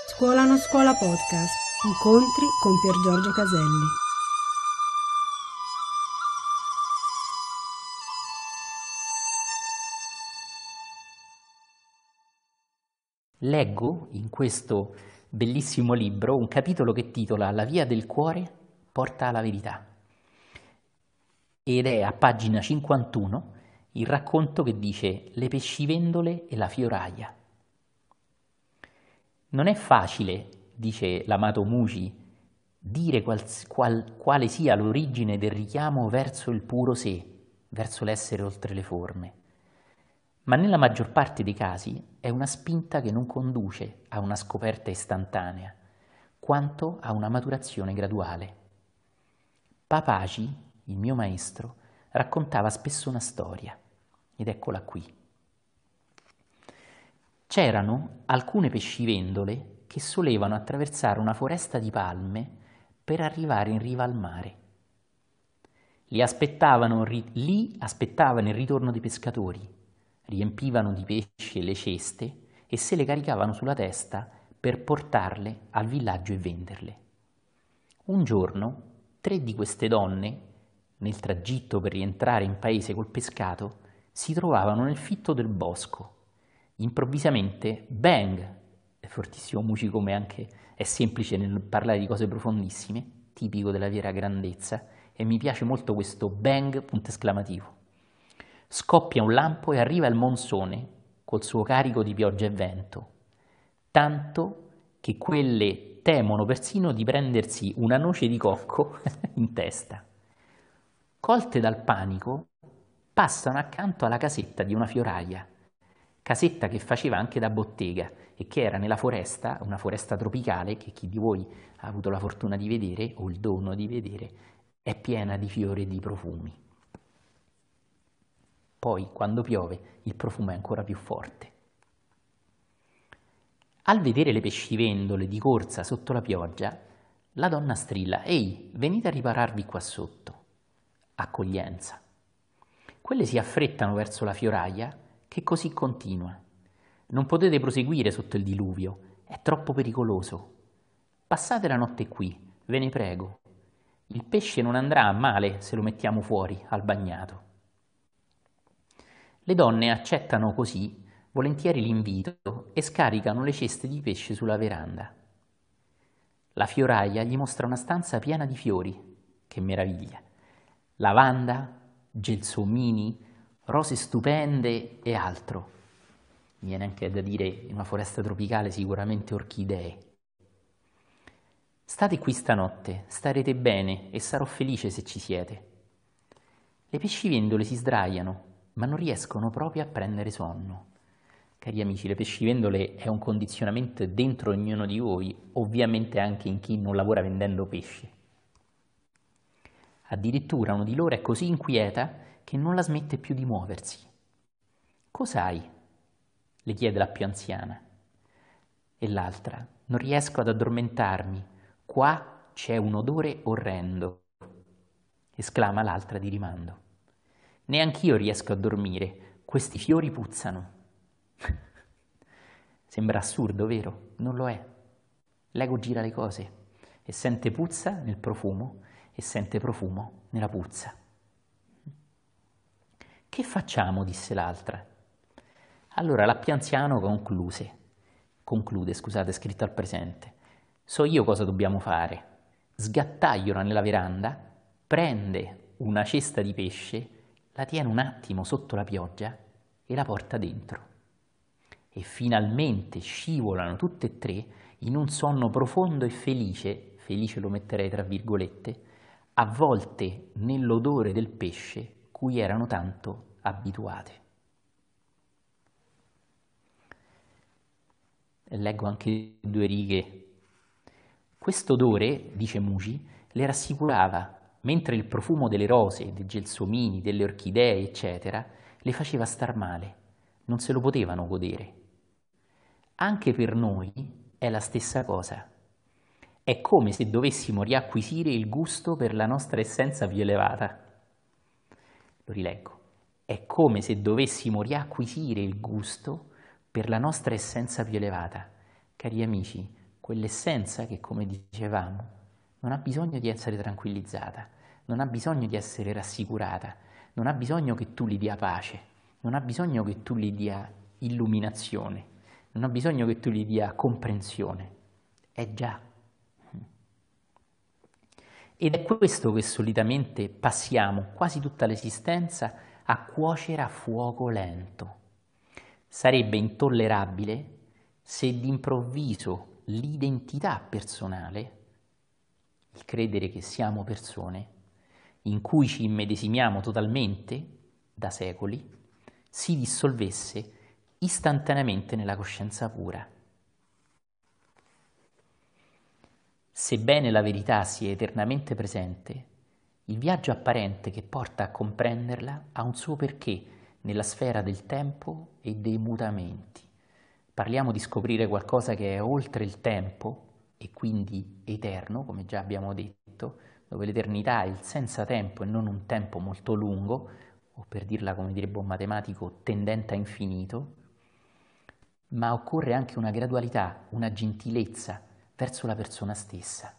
Scuola non scuola podcast. Incontri con Pier Giorgio Caselli. Leggo in questo bellissimo libro un capitolo che titola La via del cuore porta alla verità ed è a pagina 51 il racconto che dice Le pescivendole e la fioraia. Non è facile, dice l'amato Muji, dire quale sia l'origine del richiamo verso il puro sé, verso l'essere oltre le forme. Ma nella maggior parte dei casi è una spinta che non conduce a una scoperta istantanea, quanto a una maturazione graduale. Papaci, il mio maestro, raccontava spesso una storia, ed eccola qui. C'erano alcune pescivendole che solevano attraversare una foresta di palme per arrivare in riva al mare. Lì aspettavano il ritorno dei pescatori, riempivano di pesci le ceste e se le caricavano sulla testa per portarle al villaggio e venderle. Un giorno, 3 di queste donne, nel tragitto per rientrare in paese col pescato, si trovavano nel fitto del bosco. Improvvisamente, bang! È fortissimo Muci come anche è semplice nel parlare di cose profondissime, tipico della vera grandezza, e mi piace molto questo bang, punto esclamativo. Scoppia un lampo e arriva il monsone col suo carico di pioggia e vento, tanto che quelle temono persino di prendersi una noce di cocco in testa. Colte dal panico, passano accanto alla casetta di una fioraia, casetta che faceva anche da bottega e che era nella foresta, una foresta tropicale che chi di voi ha avuto la fortuna di vedere o il dono di vedere, è piena di fiori e di profumi. Poi, quando piove, il profumo è ancora più forte. Al vedere le pescivendole di corsa sotto la pioggia, la donna strilla: «Ehi, venite a ripararvi qua sotto». Accoglienza. Quelle si affrettano verso la fioraia, che così continua. «Non potete proseguire sotto il diluvio, è troppo pericoloso. Passate la notte qui, ve ne prego. Il pesce non andrà a male se lo mettiamo fuori, al bagnato». Le donne accettano così volentieri l'invito e scaricano le ceste di pesce sulla veranda. La fioraia gli mostra una stanza piena di fiori. Che meraviglia! Lavanda, gelsomini, rose stupende e altro. Mi viene anche da dire, in una foresta tropicale, sicuramente orchidee. State qui stanotte, starete bene e sarò felice se ci siete. Le pescivendole si sdraiano, ma non riescono proprio a prendere sonno. Cari amici, le pescivendole è un condizionamento dentro ognuno di voi, ovviamente anche in chi non lavora vendendo pesce. Addirittura uno di loro è così inquieta che non la smette più di muoversi. «Cos'hai?» le chiede la più anziana. E l'altra: «Non riesco ad addormentarmi, qua c'è un odore orrendo», esclama l'altra di rimando. «Neanch'io riesco a dormire, questi fiori puzzano». Sembra assurdo, vero? Non lo è. L'ego gira le cose e sente puzza nel profumo e sente profumo nella puzza. «Che facciamo?» disse l'altra. Allora la più anziana conclude, scritto al presente. «So io cosa dobbiamo fare. Sgattaiolo nella veranda, prende una cesta di pesce, la tiene un attimo sotto la pioggia e la porta dentro. E finalmente scivolano tutte e 3 in un sonno profondo e felice lo metterei tra virgolette, avvolte nell'odore del pesce cui erano tanto abituate». E leggo anche 2 righe. Questo odore, dice Muji, le rassicurava, mentre il profumo delle rose, dei gelsomini, delle orchidee, eccetera, le faceva star male. Non se lo potevano godere. Anche per noi è la stessa cosa. È come se dovessimo riacquisire il gusto per la nostra essenza più elevata. Lo rileggo. È come se dovessimo riacquisire il gusto per la nostra essenza più elevata. Cari amici, quell'essenza che, come dicevamo, non ha bisogno di essere tranquillizzata, non ha bisogno di essere rassicurata, non ha bisogno che tu gli dia pace, non ha bisogno che tu gli dia illuminazione, non ha bisogno che tu gli dia comprensione, è già. Ed è questo che solitamente passiamo quasi tutta l'esistenza a cuocere a fuoco lento. Sarebbe intollerabile se d'improvviso l'identità personale, il credere che siamo persone, in cui ci immedesimiamo totalmente da secoli, si dissolvesse istantaneamente nella coscienza pura. Sebbene la verità sia eternamente presente, il viaggio apparente che porta a comprenderla ha un suo perché nella sfera del tempo e dei mutamenti. Parliamo di scoprire qualcosa che è oltre il tempo e quindi eterno, come già abbiamo detto, dove l'eternità è il senza tempo e non un tempo molto lungo, o per dirla come direbbe un matematico, tendente a infinito, ma occorre anche una gradualità, una gentilezza verso la persona stessa.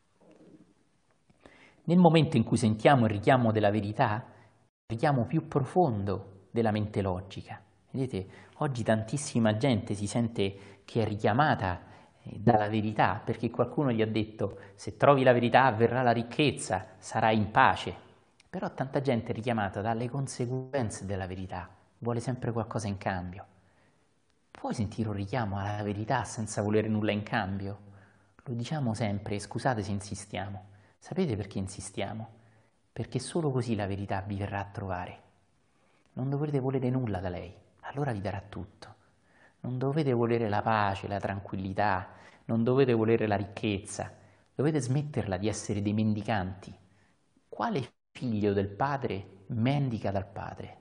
Nel momento in cui sentiamo il richiamo della verità, il richiamo più profondo della mente logica. Vedete, oggi tantissima gente si sente che è richiamata dalla verità perché qualcuno gli ha detto: se trovi la verità verrà la ricchezza, sarai in pace. Però tanta gente è richiamata dalle conseguenze della verità, vuole sempre qualcosa in cambio. Puoi sentire un richiamo alla verità senza volere nulla in cambio? Lo diciamo sempre, scusate se insistiamo. Sapete perché insistiamo? Perché solo così la verità vi verrà a trovare. Non dovrete volere nulla da lei, allora vi darà tutto. Non dovete volere la pace, la tranquillità, non dovete volere la ricchezza, dovete smetterla di essere dei mendicanti. Quale figlio del padre mendica dal padre?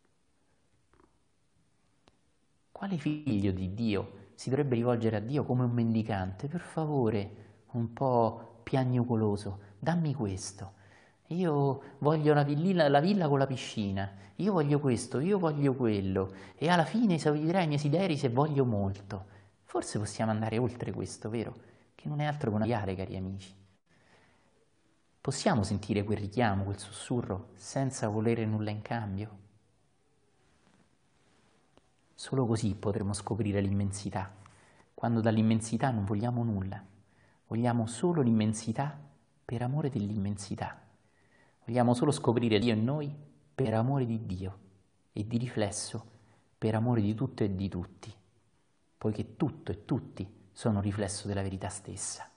Quale figlio di Dio si dovrebbe rivolgere a Dio come un mendicante? Per favore, un po' piagnucoloso, dammi questo. Io voglio la villa con la piscina, io voglio questo, io voglio quello, e alla fine esaudirò i miei desideri se voglio molto. Forse possiamo andare oltre questo, vero? Che non è altro che una chiave, cari amici. Possiamo sentire quel richiamo, quel sussurro, senza volere nulla in cambio? Solo così potremo scoprire l'immensità, quando dall'immensità non vogliamo nulla, vogliamo solo l'immensità per amore dell'immensità. Vogliamo solo scoprire Dio in noi per amore di Dio e di riflesso per amore di tutto e di tutti, poiché tutto e tutti sono riflesso della verità stessa.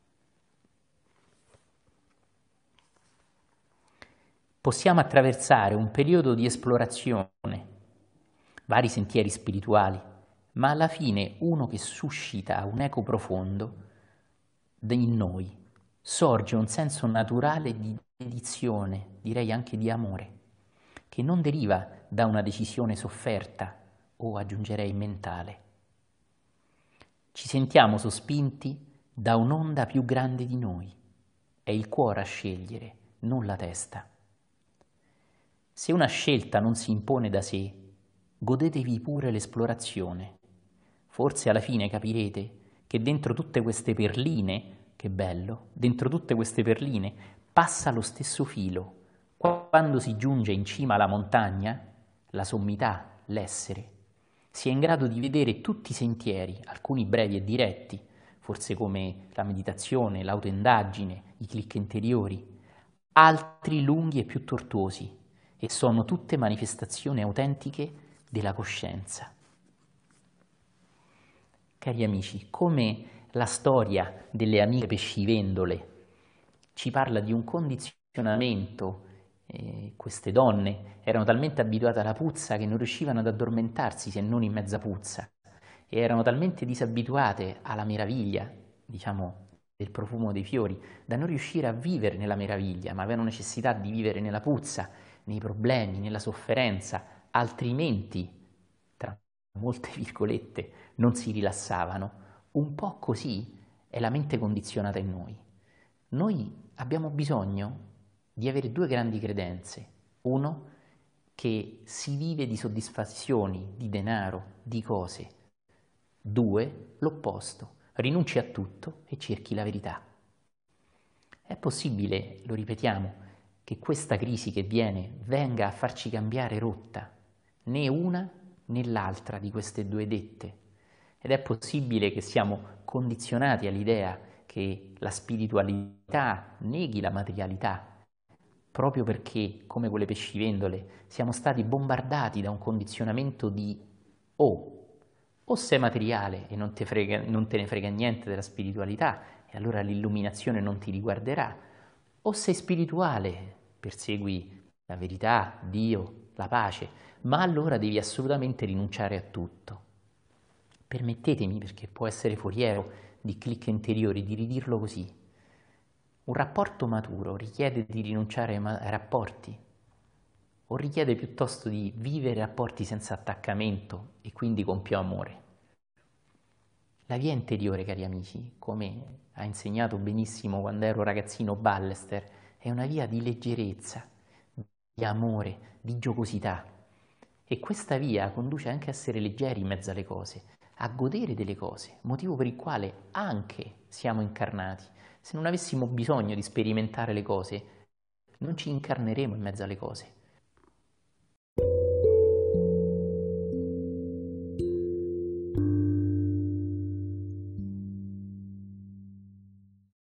Possiamo attraversare un periodo di esplorazione, vari sentieri spirituali, ma alla fine uno che suscita un eco profondo in noi, sorge un senso naturale di dedizione, direi anche di amore, che non deriva da una decisione sofferta o, aggiungerei, mentale. Ci sentiamo sospinti da un'onda più grande di noi. È il cuore a scegliere, non la testa. Se una scelta non si impone da sé, godetevi pure l'esplorazione. Forse alla fine capirete che dentro tutte queste perline, che bello, dentro tutte queste perline passa lo stesso filo. Quando si giunge in cima alla montagna, la sommità, l'essere, si è in grado di vedere tutti i sentieri, alcuni brevi e diretti, forse come la meditazione, l'autoindagine, i click interiori, altri lunghi e più tortuosi, e sono tutte manifestazioni autentiche della coscienza. Cari amici, come la storia delle amiche pescivendole ci parla di un condizionamento, queste donne erano talmente abituate alla puzza che non riuscivano ad addormentarsi se non in mezza puzza, e erano talmente disabituate alla meraviglia, diciamo, del profumo dei fiori, da non riuscire a vivere nella meraviglia, ma avevano necessità di vivere nella puzza, nei problemi, nella sofferenza, altrimenti, tra molte virgolette, non si rilassavano. Un po' così è la mente condizionata in noi. Noi abbiamo bisogno di avere due grandi credenze. Uno, che si vive di soddisfazioni, di denaro, di cose. Due, l'opposto, rinunci a tutto e cerchi la verità. È possibile, lo ripetiamo, che questa crisi che venga a farci cambiare rotta, né una né l'altra di queste due dette. Ed è possibile che siamo condizionati all'idea che la spiritualità neghi la materialità, proprio perché, come quelle pescivendole, siamo stati bombardati da un condizionamento di o sei materiale e non te ne frega niente della spiritualità e allora l'illuminazione non ti riguarderà, o sei spirituale, persegui la verità, Dio, la pace, ma allora devi assolutamente rinunciare a tutto. Permettetemi, perché può essere foriero di click interiori, di ridirlo così. Un rapporto maturo richiede di rinunciare ai rapporti o richiede piuttosto di vivere rapporti senza attaccamento e quindi con più amore? La via interiore, cari amici, come ha insegnato benissimo quando ero ragazzino Ballester, è una via di leggerezza, di amore, di giocosità. E questa via conduce anche a essere leggeri in mezzo alle cose, a godere delle cose, motivo per il quale anche siamo incarnati. Se non avessimo bisogno di sperimentare le cose, non ci incarneremo in mezzo alle cose.